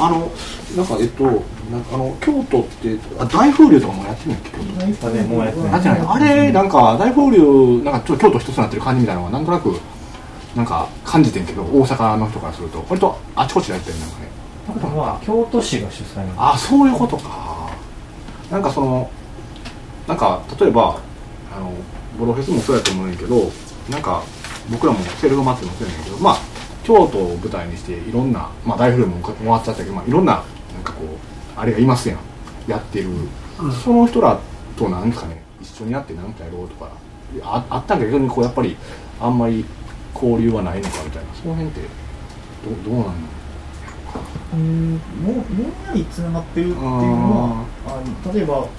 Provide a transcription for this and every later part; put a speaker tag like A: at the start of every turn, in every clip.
A: なんか京都って大風流とかもやってるんやっけ？
B: 大風流もうやってない。
A: あれなんか大風流なんかちょっと京都一つになってる感じみたいなのがなんとなくなんか感じてんけど、大阪の人からすると割とあちこちでやってるなんかね。
B: まあ京都市が主催。
A: あ、そういうことか。なんかなんか例えばボロフェスもそうやと思うんやけど、なんか僕らもセルフ祭りもそうやねんけど、まあ京都を舞台にしていろんな、まあ大風流も終わっちゃったけど、まあいろんななんかこうあれがいますやん、やってる、その人らとなんですかね、一緒にやって何かやろうとかあったんだけど、こうやっぱりあんまり交流はないのかみたいな、その辺ってどうなんの？
C: ぼんやりつながってるっていうのは、例えば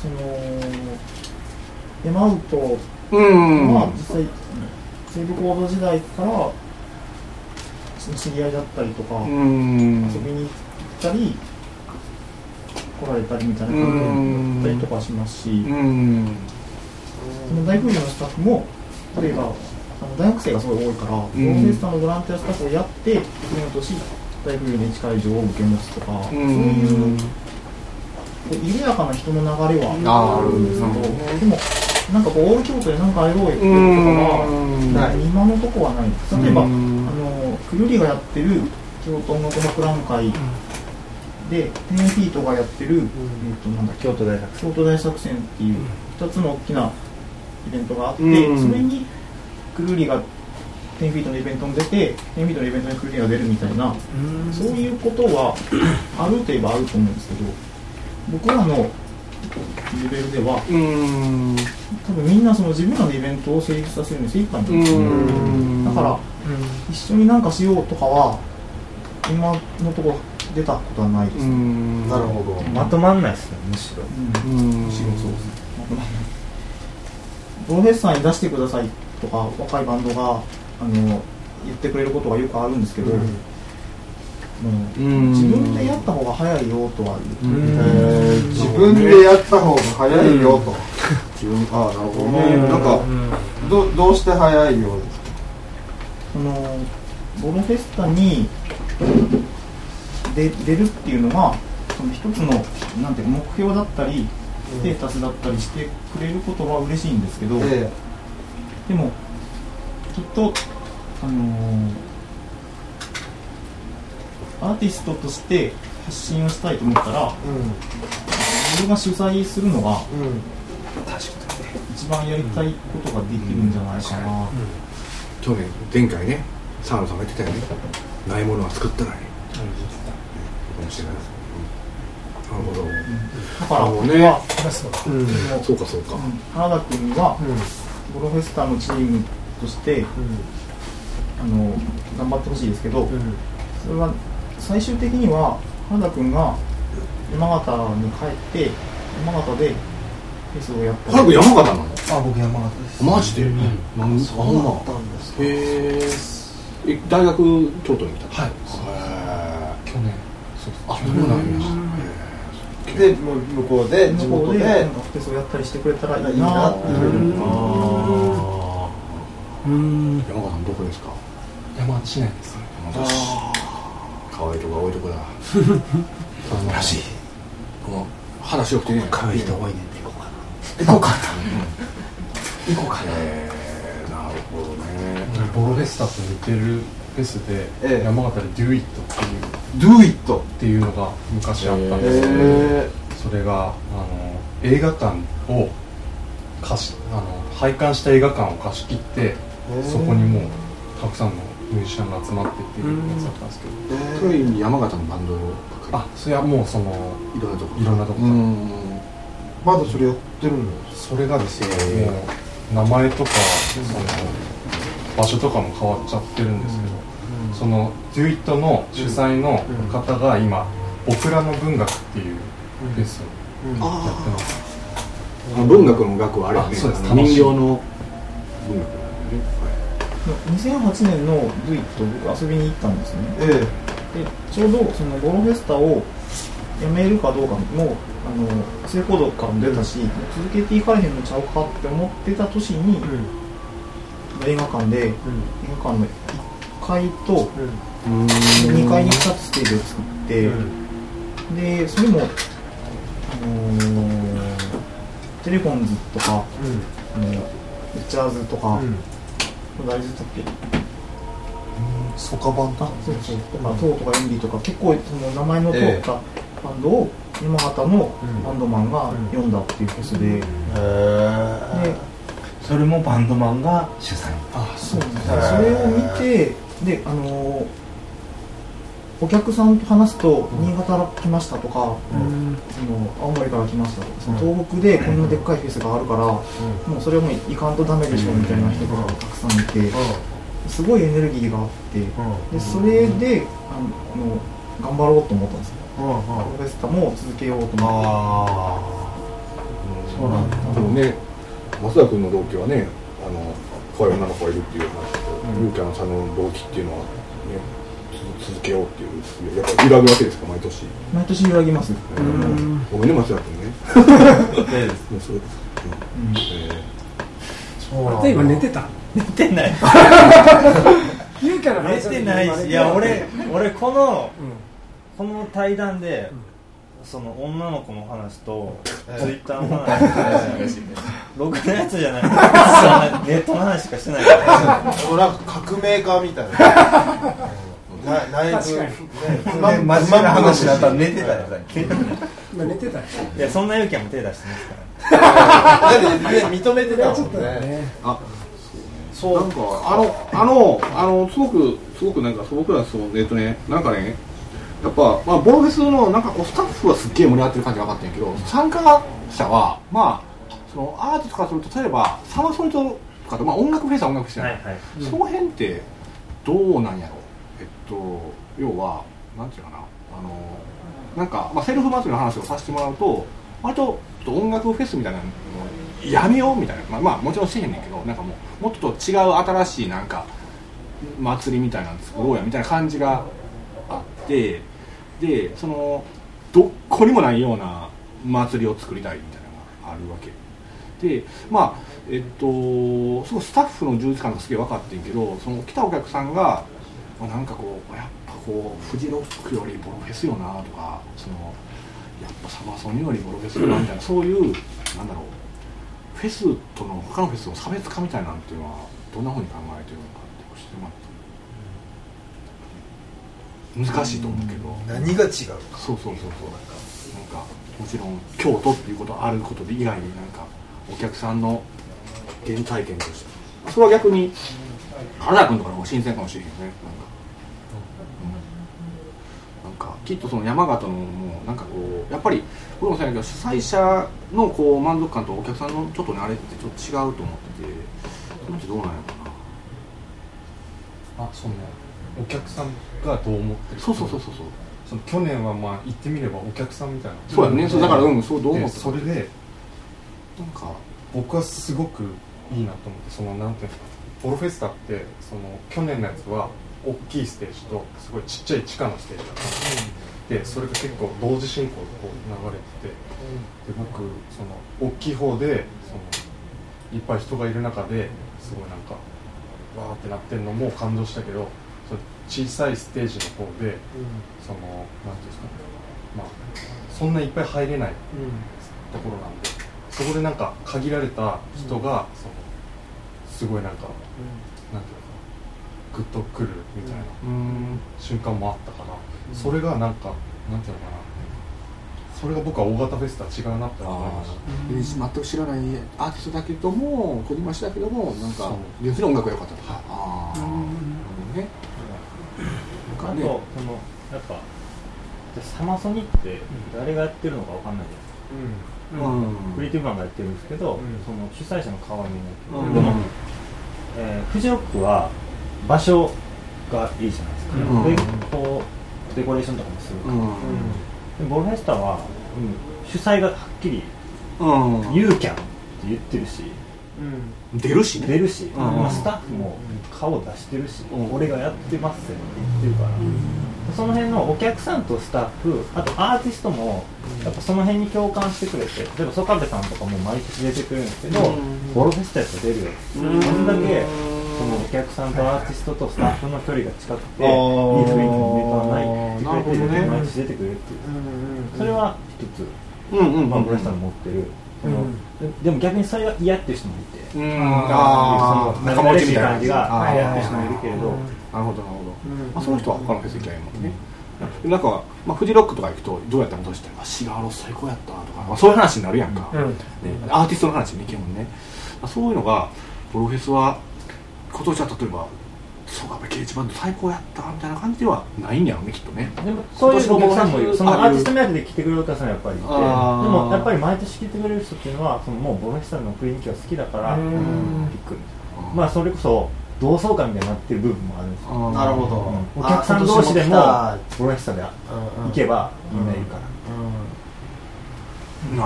C: 山ウトは実際西部高度時代から知り合いだったりとか、遊びに行ったり来られたりみたいな感じだったりとかしますし、その大風流のスタッフも例えば大学生がすごい多いから、ボーフェスタのボランティアスタッフをやって次の年大風流に近い情を受け持つとか、そういう緩やかな人の流れはあるんですけど、でもなんかこうオール京都でなんかやろうよっていうとかは今のとこはないです。例えばくるりがやってる京都音楽博覧会で10フィートがやってる、
B: 京都
C: 大作戦っていう2つの大きなイベントがあって、それにくるりが10フィートのイベントに出て10フィートのイベントにくるりが出るみたいな、そういうことはあるといえばあると思うんですけど、僕らのレベルでは多分みんな自分らのイベントを成立させるのに精一杯なんですよね。だから一緒になんかしようとかは今のところ出たことはないですね。
B: なるほど。まとまんないですね、むしろ。
C: むしろそうですね。まとまんない。ボロフェスさんに出してくださいとか若いバンドが言ってくれることがよくあるんですけど、自分でやった方が早いよとは言って、
D: 自分でやった方が早いよと。なるほどね。なんかどうして早いようですか？
C: ボロフェスタに出るっていうのが一つのなんていう目標だったりステータスだったりしてくれることは嬉しいんですけど、でもきっとアーティストとして発信をしたいと思ったら、自分が主催するのが、一番やりたいことができるんじゃないかな。
A: 前回ね、澤野さんが言ってたよね、ないものは作ったらね、かもしれないです。なるほど。
C: だから僕は、
A: そうか。
C: 原田君は、ボロフェスタのチームとして、頑張ってほしいですけど、それは最終的には原田君が山形に帰って山形でフェスをやった
A: 原田君山形なの？
D: 僕山形です。
A: マジで？
D: そうだったんですか。
A: 大学京都に来た？
D: はい。
B: 去年。
A: そうなんや。
D: で向こうで地元で
C: フェスをやったりしてくれたらいいなっていう。
A: 山形さんどこですか？
B: 山形市内ですね。
A: 可愛いとこが多いとこだ。らしい。この話よくてね。
B: 可愛い人多いねんで行こうかな。行こうかな。
A: なるほどね。
B: ボロフェスタと似てるフェスで、山形で Do It っていうのが昔あったんですけど、それが映画館を廃館した映画館を貸し切って、そこにもうたくさんのミュージシャンが集まってっていうやつだったんですけど、
A: それ山形のバンド
B: それはもういろんなとこ
D: まだそれやってるんです
B: か？それがですね、もう名前とか場所とかも変わっちゃってるんですけど、その Do It の主催の方が今オクラの文学っていうフェスをやってます。
A: 文学の学はあれですね、人形の文学
C: 2008年の Do It 僕遊びに行ったんですね。でちょうどそのボロフェスタをやめるかどうかも成功度からも出たし、続けていかれへんのちゃうかって思ってた年に、映画館の1階と2階に2つステージを作って、 でそれも、テレフォンズとか、ウッチャーズとか、誰でしたっけ、
D: ソカバンとか、
C: そうそう、とかトーとかエンビーとか、結構その名前の通ったバンドを山形のバンドマンが読んだっていうフェスで、で
E: それもバンドマンが主催。
C: そうですね。それを見て、でお客さんと話すと、新潟から来ましたとか、その青森から来ましたとか、その東北でこんなでっかいフェスがあるから、もうそれはもう行かんとダメでしょみたいな人がたくさんいて、すごいエネルギーがあって、でそれで頑張ろうと思ったんですよ。プロフェスタも続けようと思って。
A: そうなんだ。でもね、増田君の動機はね、可愛い女の子がいるっていう話と、ユーキャンさんの動機っていうのはね、続けようっていう、やっぱ揺らぐわけですか、毎年。
C: 毎年揺らぎます。
A: ごめんね、増田君ね。そうです。
F: 例えば寝てた？
E: 寝てない。
F: ユーキャンの
E: 寝てないし、いや俺この対談で、その女の子の話とツイッターの話、ろくなやつじゃない。ネットの話しかしてないから。
D: なんか革命家みたいな。内部真面目な話だったら寝てたよ。
F: 寝てたよ。
E: いや、そんな勇気も手出してますから。
D: だって認めてたもんね。
A: そうなんかすごくなんか素朴な質問でなんかね、やっぱボロフェスのなんかこうスタッフはすっげえ盛り上がってる感じが分かったんやけど、参加者はそのアーティストからすると、例えばサマソニとかと音楽フェスは音楽フェスじゃない、その辺ってどうなんやろ。要はなんていうかな、なんかセルフ祭りの話をさせてもらうと、割と音楽フェスみたいなのやめようみたいな、もちろんしてへんねんけど、なんかもっと違う新しいなんか祭りみたいなん作ろうやみたいな感じがあって、でそのどっこにもないような祭りを作りたいみたいなのがあるわけで、すごいスタッフの充実感がすげえ分かってんけど、その来たお客さんがなんかこうやっぱこうフジロックよりボロフェスよなとか、やっぱサマソニよりボロフェスよなみたいな、そういうなんだろう、フェスとの他のフェスの差別化みたいなんていうのはどんなふうに考えてるのかって教えてもらって。難しいと思うけど、
D: 何が違うか。
A: そうなんかもちろん京都っていうことあることで以外に、なんかお客さんの原体験として、それは逆に原田君とかも新鮮かもしれへんよね。なんかきっとその山形のもうなんかこうやっぱり僕もそうやけど、主催者のこう満足感とお客さんのちょっとねあれってちょっと違うと思ってて、そのってどうなんやろうな。
B: そのお客さんがどう思ってる。
A: そう
B: その去年は言ってみればお客さんみたいな。
A: そうやね。だからそうどう思ってた。
B: それで
A: なんか
B: 僕はすごくいいなと思って、そのなんていうのか、ボロフェスタってその去年のやつは大きいステージとすごいちっちゃい地下のステージだった、でそれが結構同時進行でこう流れてて、で僕その大きい方でそのいっぱい人がいる中ですごいなんかわーってなってるのも感動したけど、その小さいステージの方で、そのなんていうんですかね、そんないっぱい入れないところなんで、そこでなんか限られた人がそのすごいなんか、なんていうのかな、グッとくるみたいな瞬間もあったから、それがなんかなんていうのかな、それが僕は大型フェスとは違うなって思いました。
A: 全く知らないアーティストだけども、こじましだけども、なんか純粋に音楽が良かったとか。ね。
E: あとそのやっぱサマソニって誰がやってるのかわかんないじゃないですか。クリエイティブマンがやってるんですけど、その主催者の顔は見えないけど、でもフジロックは場所がいいじゃないですか。でこうデコレーションとかもするから。でボロフェスタは主催がはっきりユーキャンって言ってるし、
A: 出るし、ス
E: タッフも顔出してるし、俺がやってますって言ってるから、その辺のお客さんとスタッフ、あとアーティストもやっぱその辺に共感してくれて、例えば曽我部さんとかも毎年出てくるんですけど、ボロフェスタやったら出るよ、そんだけそのお客さんとアーティストとスタッフの距離が近くていい雰囲気に入れ替わらないって言ってくれて毎日出てくれるっていう、それは一つブロフェスさんの持ってる、でも逆にそれが嫌っていう人もいて、その仲間内みたいな感じが嫌っていう人もいるけれど、
A: なるほどなるほど、その人は他のフェス行きゃいいもんね。なんか、フジロックとか行くとどうやったのとしたらシガーロス最高やったとか、そういう話になるやんか、アーティストの話ね基本ね。そういうのがボロフェスは今年は例えばそうかケージバンド最高やったみたいな感じではないんやろねきっとね。
E: でもそういうお客さんもいる。そのアーティスト目当てで来てくれるお客さんがやっぱりいて、でもやっぱり毎年来てくれる人っていうのはそのもうボロフェスさんの雰囲気が好きだから行く。まあそれこそ同窓会みたいになってる部分もあるんですよ。
D: なるほど、
E: お客さん同士でもボロフェスさで行けばみんないるから、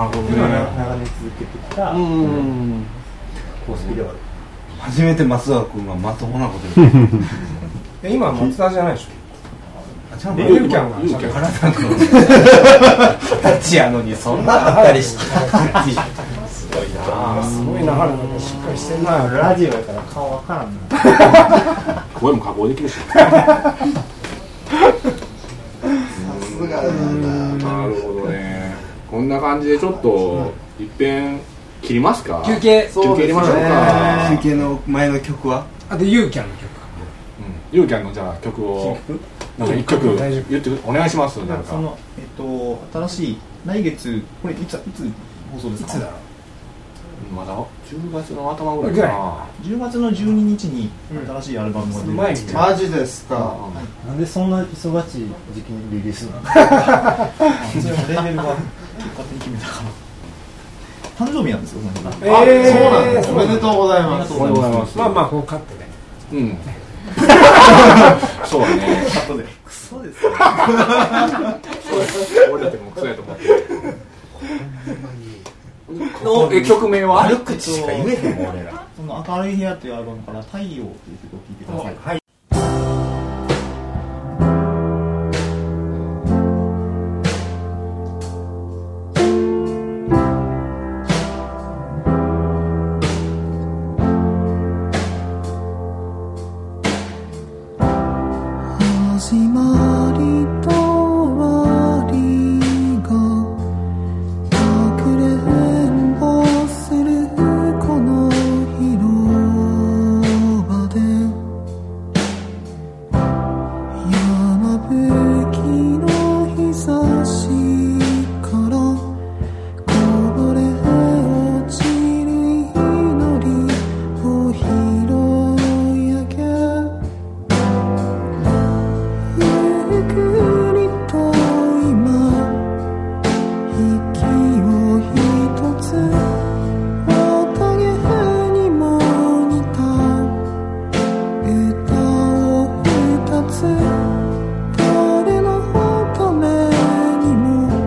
A: なるほどね。
E: 長年続けてきた公式ではある。
G: 初めて松田君がまともなこと言う
F: 今は松田じゃないでしょ。
G: ちゃんと
F: ユーキャンが
G: 体君立ちやのにそんなあったりしてすごいな
F: すごいな、原田君しっかりしてんな。
E: ラジオやから顔わからんな。
A: 声も加工できるし
D: さすがだな。
A: なるほどね。こんな感じでちょっと一遍切りますか。
F: 休憩
A: 入れましょうか。
G: 休憩の前の曲は
F: あとユーキャンの曲。
A: ユーキャンのじゃあ曲をなんか一曲言ってお願いします。なんか
C: その新しい来月これいつ放送ですか？いつだろう。
A: まだ10月の頭ぐらいかな。
C: 10月の12日に新しいアルバムが出る。
F: 前に
D: マジですか。
E: なんでそんな忙しい時期にリリースなの？
C: それもレーベルが勝手に決めたから。誕生日なんですよ。
D: そうなんです。おめでとうございます。
A: おめでとうございます。
F: まあまあこうカットで。
A: そうだね。
C: カットで。クソですね。
A: 俺だってもうクソやと思ってる。曲名は？
G: 悪口しか言えへんもん俺ら。
C: その明るい部屋っていうアルバムから太陽という曲を聴いてください。はい。
H: 始まりと終わりがかくれんぼするこの広場で山吹きの日差しからこぼれ落ちる祈りを拾い上げゆっくりと今息を一つ綿毛にも似た歌を二つ誰のためにも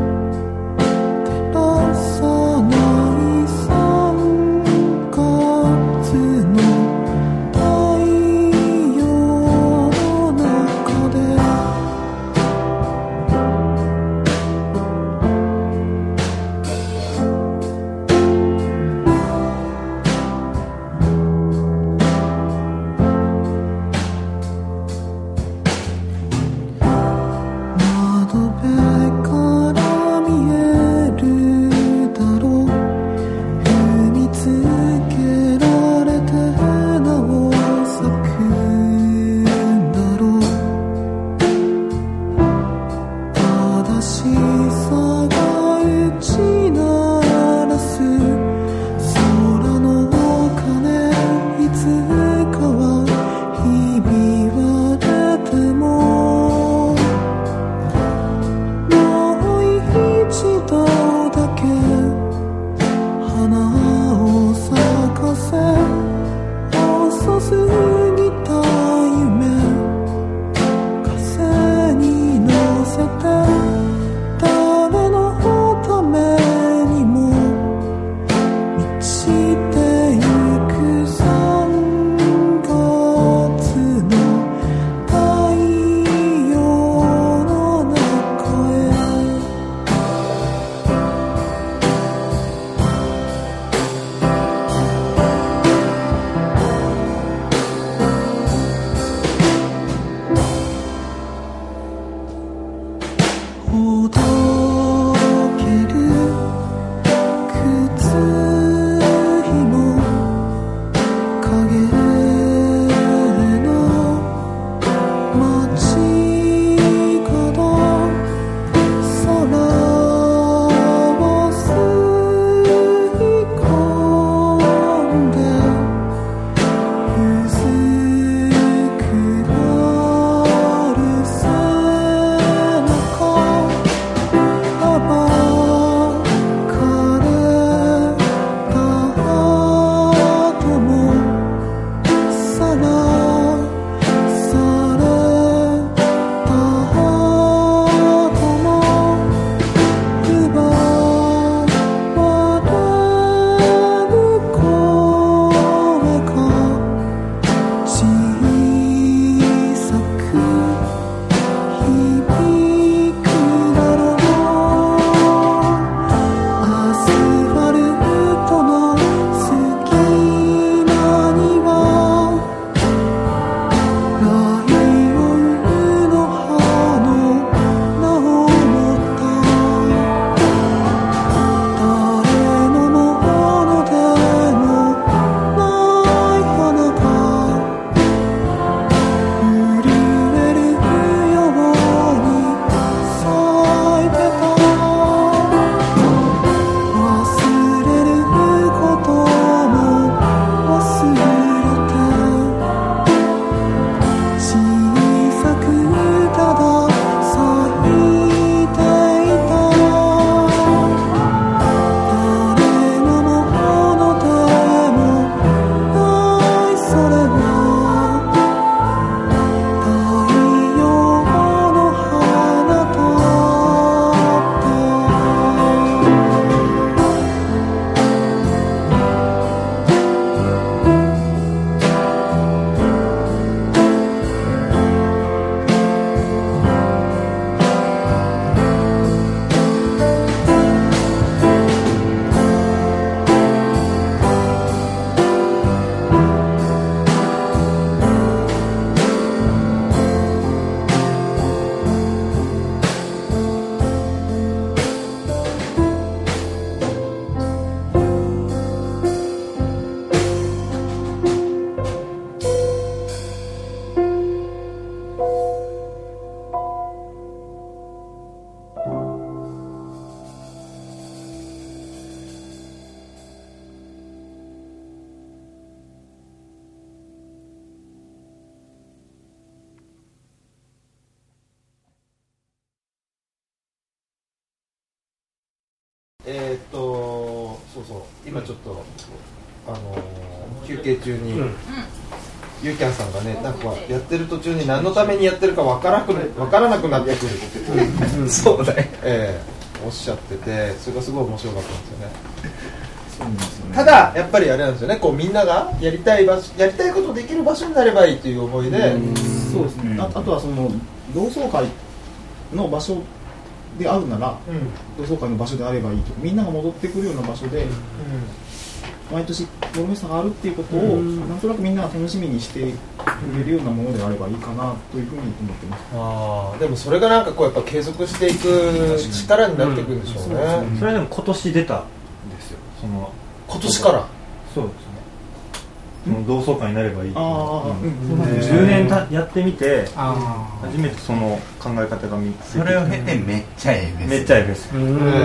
G: そうそう今ちょっと休憩中に、ユーキャンさんがねなんかやってる途中に何のためにやってるか分からなくなってくるってそうだね、おっしゃっててそれがすごい面白かったんですよね。そうですよね。ただやっぱりあれなんですよね、こうみんながやりたいことできる場所になればいいという思いで、
C: そうですね。あとはその同窓会の場所であるなら、同窓会の場所であればいいと、みんなが戻ってくるような場所で、毎年ボロフェスタがあるっていうことを、なんとなくみんなが楽しみにしてくれるようなものであればいいかなというふうに思ってます。
G: でもそれがなんかこうやっぱ継続していく力になっていくんでしょうね。
E: それでも今年出たんですよ。
G: 今年から。
E: そうですね。その同窓会になればいいっていう
C: 10
E: 年やってみて初めてその考え方が見つけて、
I: それを経てめっちゃええ
E: めっちゃええです。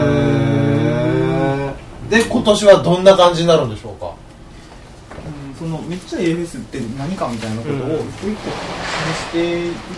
G: で今年はどんな感じになるんでしょうか。
C: そのめっちゃええフェスって何かみたいなことを一個一個話していく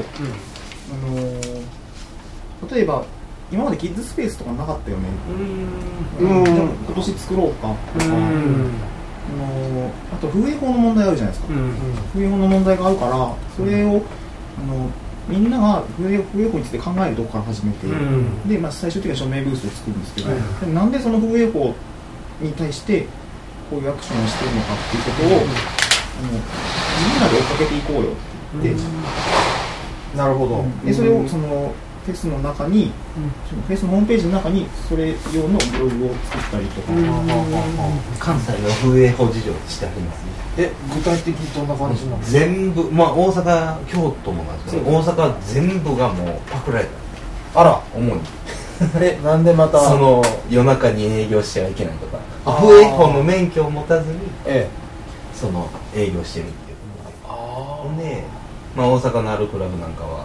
C: と、例えば今までキッズスペースとかなかったよね、今年作ろうかとか、あと風営法の問題あるじゃないですか、風営法の問題があるからそれをみんなが風営法について考えるところから始めて、で最終的には署名ブースを作るんですけど、でなんでその風営法に対してこういうアクションをしているのかっていうことを、みんなで追っかけていこうよって言って、
G: なるほど。
C: でそれをそのフェスの中に、フェスのホームページの中にそれ用のブログを作ったりとか、
I: 関西の風営法事情してありますね。
G: 具体的にどんな感じなんですか。
I: 全部、大阪、京都もなんですけど、大阪は全部がもうパクられた。
G: あら、
I: 主に
G: なんでまた
I: その夜中に営業してはいけないとか、風営法の免許を持たずに、その営業してるっていうで、大阪のあるクラブなんかは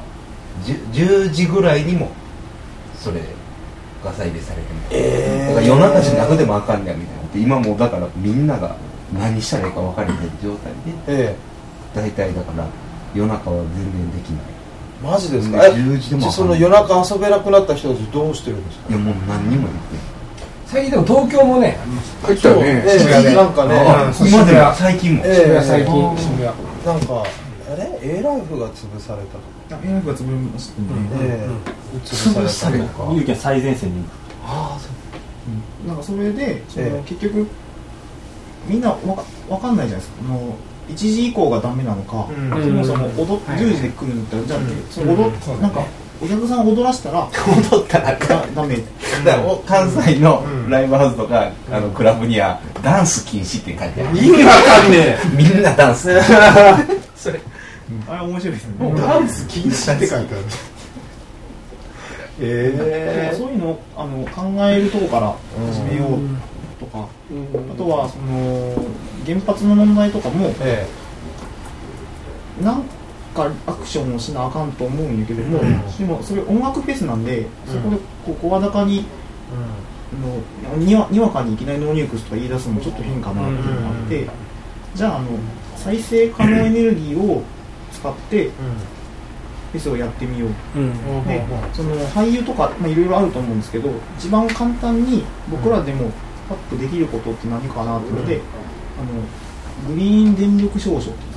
I: 10時ぐらいにもそれガサ入れされてる、だから夜中じゃなくてもあかんねやみたいなって今もうだからみんなが何したらいいか分かれてる状態で、大体だから夜中は全然できない。
G: マジですか。
I: 10時でも
G: その夜中遊べなくなった人たちどうしてるんですか。
I: いやもう何人もいて、
F: 最近でも東京もね
A: 入ったよね、
F: 渋谷で
G: なんかね、
I: 今でも最近も、
F: 最近渋谷
G: なんかAライフが潰されたとか。
C: Aライフが潰れましたね。
G: 潰されたとか。
E: 有権最前線に。
C: なんかそれで結局みんなわかんないじゃないですか。1時以降がダメなのか、そもそも10時で来るんだったら、じゃあなんかお客さん踊らしたら
I: 踊ったら
C: ダメ。
I: だから関西のライブハウスとかクラブにはダンス禁止って書いてある。
A: 意味わかんねえ。
I: みんなダンス。それ
C: あれ面白いですね。
A: ダンス禁止って書いてある。
C: そういうのを考えるとこから始めようとか、あとはその原発の問題とかも、なんかアクションをしなあかんと思うんやけども、でもそれ音楽フェスなんで、そこで声高に、にわかにいきなりノーニュークスとか言い出すのもちょっと変かなっていうのがあって、じゃあ再生可能エネルギーを使ってフェスをやってみよう、でその俳優とかいろいろあると思うんですけど、一番簡単に僕らでもパッとできることって何かなっていうので、グリーン電力証書っていうんです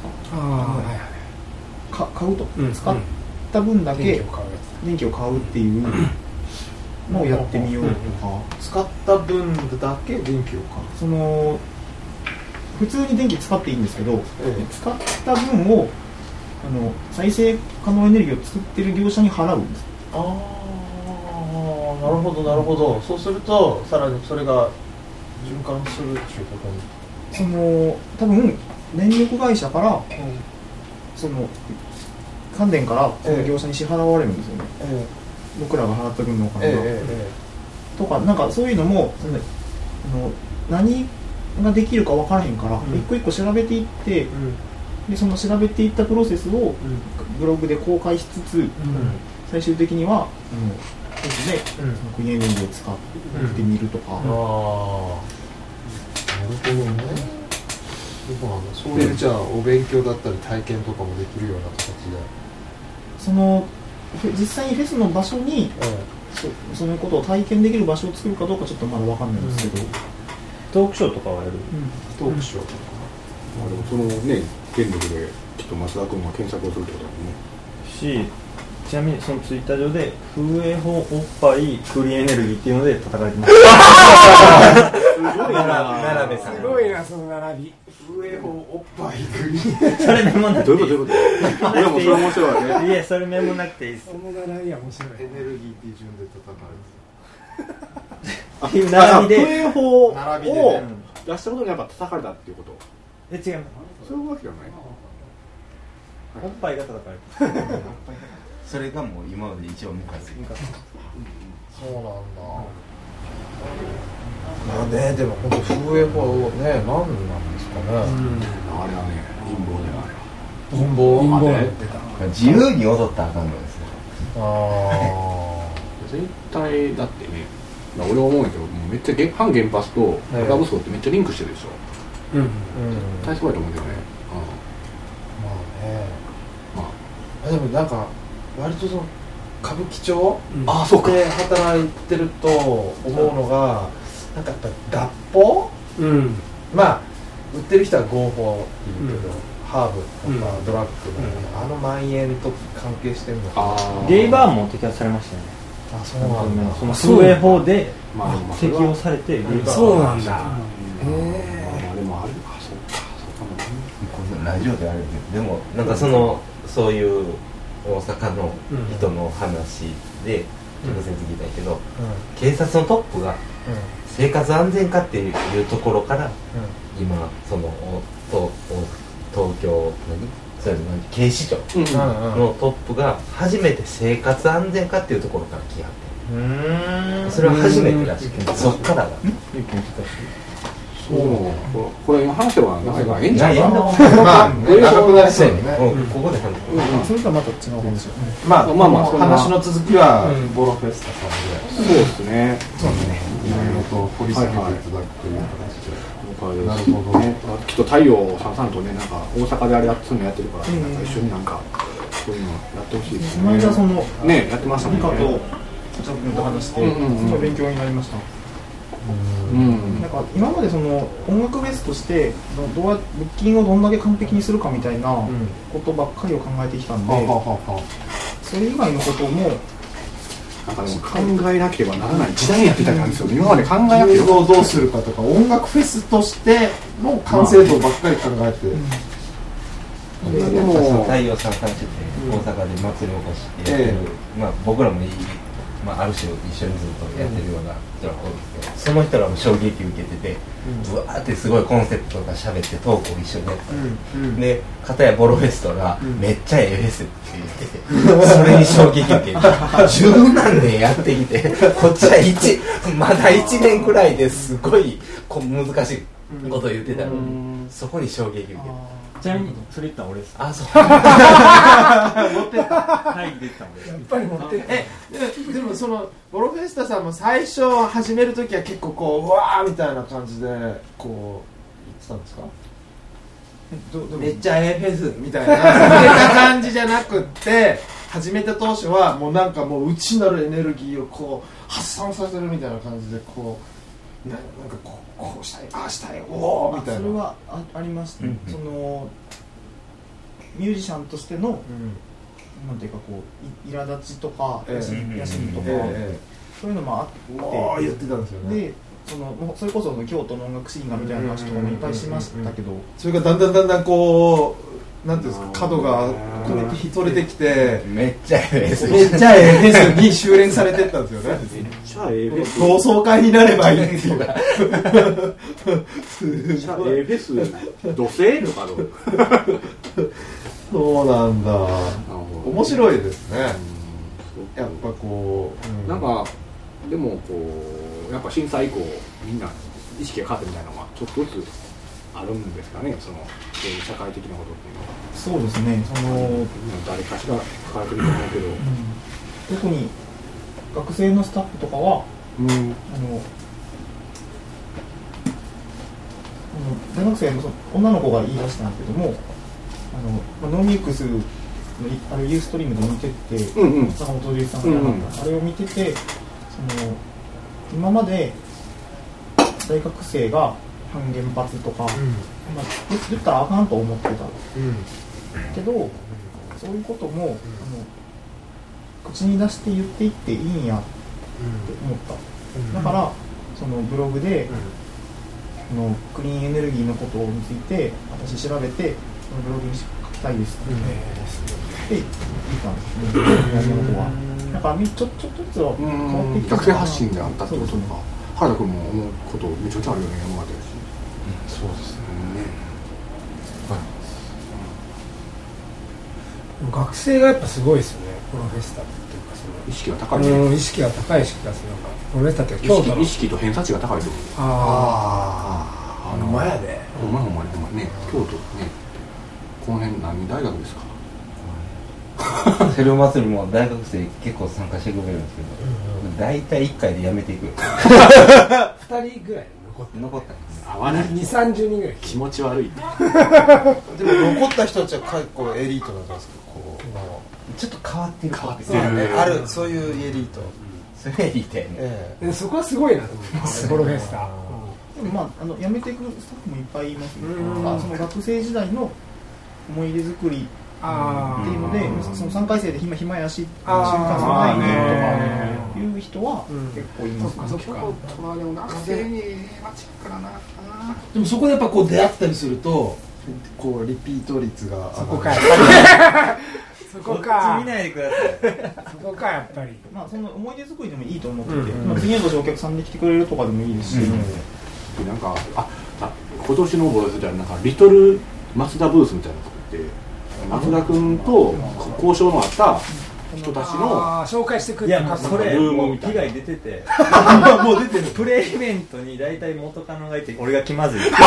C: か、買うと、使った分だけ電気を買うっていうのをやってみようとか、
G: 使った分だけ電気を買う。
C: その普通に電気使っていいんですけど、使った分を再生可能エネルギーを作ってる業者に払うんです。
G: なるほどなるほど。そうするとさらにそれが循環するっていうことに、
C: 多分電力会社から、その関電からその業者に支払われるんですよね、僕らが払った分のお金が、とかなんかそういうのも何ができるか分からへんから、一個一個調べていって、でその調べていったプロセスをブログで公開しつつ、最終的にはフェスでクリーンエネルギーを使ってみるとか。
G: なるほどね。そういうじゃあお勉強だったり体験とかもできるような形で、
C: 実際にフェスの場所にそういうことを体験できる場所を作るかどうかちょっとまだ分かんないんですけど、
E: トークショーとかはやる、
G: トークショーとか、
A: でもそのね電力できっと増田君が検索をするってことだもんね
E: し、ちなみにそのツイッター上で風営法おっぱいクリーンエネルギーっていうので叩かれてます。
A: すごいな
I: 並べさん
F: すごいなその並び。
A: 風営法おっぱいクリーン
E: それメモなくていい。
A: どういうこと俺もそれ面白いね
E: いやそれメモなくていいです。
F: その並びは面白い。
G: エネルギーっていう順で叩か
E: っていう並びで
A: 風営法を
G: 並びでね
A: 出したことにやっぱ叩かれたっていうこと
E: 違います。
A: そういうわけじゃない
E: おっぱいが叩かれてる。
I: それがもう今まで一番ムカついた。
G: そうなんだ。まあね、でも本当風営法ね、何なんですかね。
A: あれはね陰謀だよあれは
G: 陰謀
F: 陰謀
A: あれ
F: 出た。
I: 自由に踊ったらあかんのですね。
A: 絶対だってね俺は思うんやけどもうめっちゃ反原発とラブソーってめっちゃリンクしてるでしょ、
F: うん。
A: 絶対そうやと思うけどね、
G: まあね。でもなんか割とその歌舞伎町
A: あそうか
G: で働いてると思うのが、なんかやっぱ合法？
F: うん。
G: まあ売ってる人は合法って言うけど、ハーブとかドラッグのあの蔓延と関係してるのかな。
E: ゲイバーも摘発されましたよね。
G: あ、そうなんだ。
E: その風営法で
A: まあでも
E: 適用されてゲイバー
F: そうなんだ。
A: まあでもあるそうかもね
I: このラジオであるけど、でもなんかそういう大阪の人の話で直接聞いたけど、警察のトップが生活安全課っていうところから今その東京警視庁のトップが初めて生活安全課っていうところから来はって、それは初めてらしくて、そっからが
A: そうこれ話せば長いからええんちゃうか
G: まあ長くなりそうね。
I: ここで話す。
C: それとはまた違う話よね。
G: まあ
A: まあまあそんな
G: 話の続きはボロフェスタさんで
A: そうですね
G: いろいろと掘り下げていただくという形で。
A: なるほどね。きっと太陽さんさんとねなんか大阪であれそういうのやってるから、なんか一緒になんかそういうのやってほしいですね。
C: この間その
A: ねやってましたもん
C: ミカと
A: ね。
C: ジャン君と話してすごい勉強になりました。なんか今までその音楽ベースとしてどうやってブッキングをどんだけ完璧にするかみたいなことばっかりを考えてきたんで、それ以外のことも
A: なんかでも考えなければならない時代にやってた感じですよね。今まで考えなければ
G: どうするかとか音楽フェスとしての完成度ばっかり考えて、
A: でも
I: 太陽さんからして大阪で祭りを起こしてやってる、まあ僕らもある種一緒にずっとやってるような人が多いんですけど、その人らも衝撃受けてて、ぶわーってすごいコンセプトとか喋ってトークを一緒にやったで、片やボロフェストがめっちゃええフェスって言ってて、それに衝撃受けて10何年やってきて、こっちはまだ1年くらいですごい難しいことを言ってたのに、そこに衝撃受けて。
E: ちなみにそれ言ったの俺です。
I: あ、そう
E: 持ってた。はい、出てた俺。
F: やっぱり持ってる。
G: でもそのボロフェスタさんも最初始めるときは結構こううわーみたいな感じでこう言ってたんですか？めっちゃええフェスみたいな感じじゃなくって始めた当初はもうなんかもう内なるエネルギーをこう発散させるみたいな感じでこうなんかこうしたいああしたいおおみたいな。
C: それは ありました、そのミュージシャンとしての、なんていうかこう苛立ちとか野心とか、そういうのもあって
G: 言ってたんですよね。
C: でそれこそ京都の音楽シーンがみたいな話とかもいっぱいしましたけど、
G: それがだんだんこうなんていうんですか角が取れてきて
I: めっちゃええフェス
G: めっちゃええフェスに修練されてったんですよね。
A: めっちゃええフェス
G: 同窓会になればいいっていうか
A: めっちゃええフェス土星とかど
G: そうなんだ。面白いですね。やっぱこう、
A: なんかでもこうやっぱ震災以降みんな意識が変わったみたいなのはちょっとずつあるんですかね。その社会的なことっていうのは。
C: そうですね。
A: 誰かしら変わってると思うけど、
C: 特に学生のスタッフとかは、大学生の女の子が言い出したんだけども、ノーミックスのユーストリームで見てて、坂本龍一さんがやった、あれを見てて、 その今まで大学生が反原発とか、まあ、言ったらあかんと思ってた、けどそういうことも、口に出して言っていっていいんやって思った、だからそのブログで、クリーンエネルギーのことについて私調べてそのブログに書きたいですって言ったんですね、だからちょっとずつは変わってきて
A: 学生発信であったってこととか、原田君も思うことめちゃくちゃあるよね、山形やし。
B: そうですね。
F: 学生がやっぱすごいですよね、プロフェッサっていうかその
A: 意識が高い、
F: 意識が高いしかするのか、プロフェッサって京都の
A: 意識と偏差値が高いと思う。
F: ほんまやで。
A: ほんまね、京都ね、この辺何大学ですか。
I: セル祭りも大学生結構参加してくれるんですけど、大体1回で辞めていく。
F: 2人ぐらい
I: 残ったんです。
A: 合わない。
F: 2、30人ぐらい。
A: 気持ち悪い。
G: でも残った人たちは結構エリートなんですけど、こ
I: うちょっと変わってる。
G: あるそういうエリート。
I: そういうエリートやね。
F: そこはすごいなと思います。プロフェッサ
C: でもまあ辞めていくスタッフもいっぱいいますけど、その学生時代の思い出作りっていうので、その3回生で暇やし就活のないねとかいう人は結構います。
A: 京都はでも学生に街からな。
G: でもそこでやっぱこう出会ったりすると、こうリピート率が
F: そこかやっぱり。そこか。
I: こっち見ないでください。
F: そこかやっぱり。
C: まあその思い出作りでもいいと思ってて、次の年お客さんで来てくれるとかでもいいですし、
A: なんか今年のボロズではなんかリトル松田ブースみたいなの作って。松田君と交渉のあった人たちの
F: 紹介してくれ
E: いやもうそれもう被害出ててもう出てるプレイベントに大体元カノがいて俺が気まずいスタ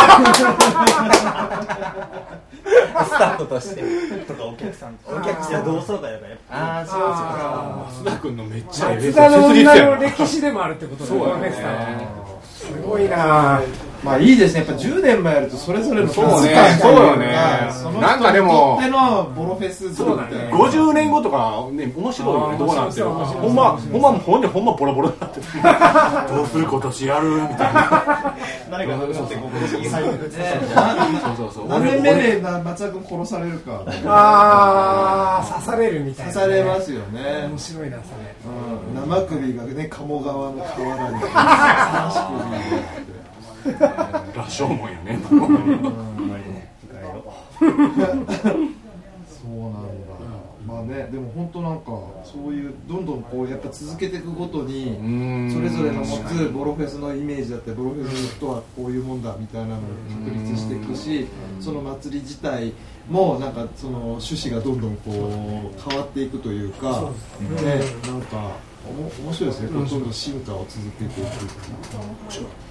E: ッフとしてとかお客さん同窓会だからやっぱ
A: 松田君のめっちゃ
F: 松田の女の歴史でもあるってことだね。すごいな。
G: まあいいですね。やっぱ10年もやるとそれぞれの
A: そうよね。
G: なんかでもその人にとってのボロフェス
A: そうだね。50年後とかね面白いよね。どうなってるか。ほんまボロボロになってる。どうする今年やるみたいな。
C: 誰が嘘ってここに最後
G: そう何年目で松田君殺されるか。
F: 刺されるみたいな。
G: 刺されますよね。
F: 面白いなそれ。
G: 生首がね鴨川の河原に。
A: 羅生門やね。
G: そうなんだ。まあね、でも本当なんかそういうどんどんこうやっぱ続けていくごとにそれぞれの持つボロフェスのイメージだったりボロフェスとはこういうもんだみたいなのを確立していくし、その祭り自体もなんかその趣旨がどんどんこう変わっていくというか、ね、なんか面白いですね。どんどん進化を続けていくっていう。面白い。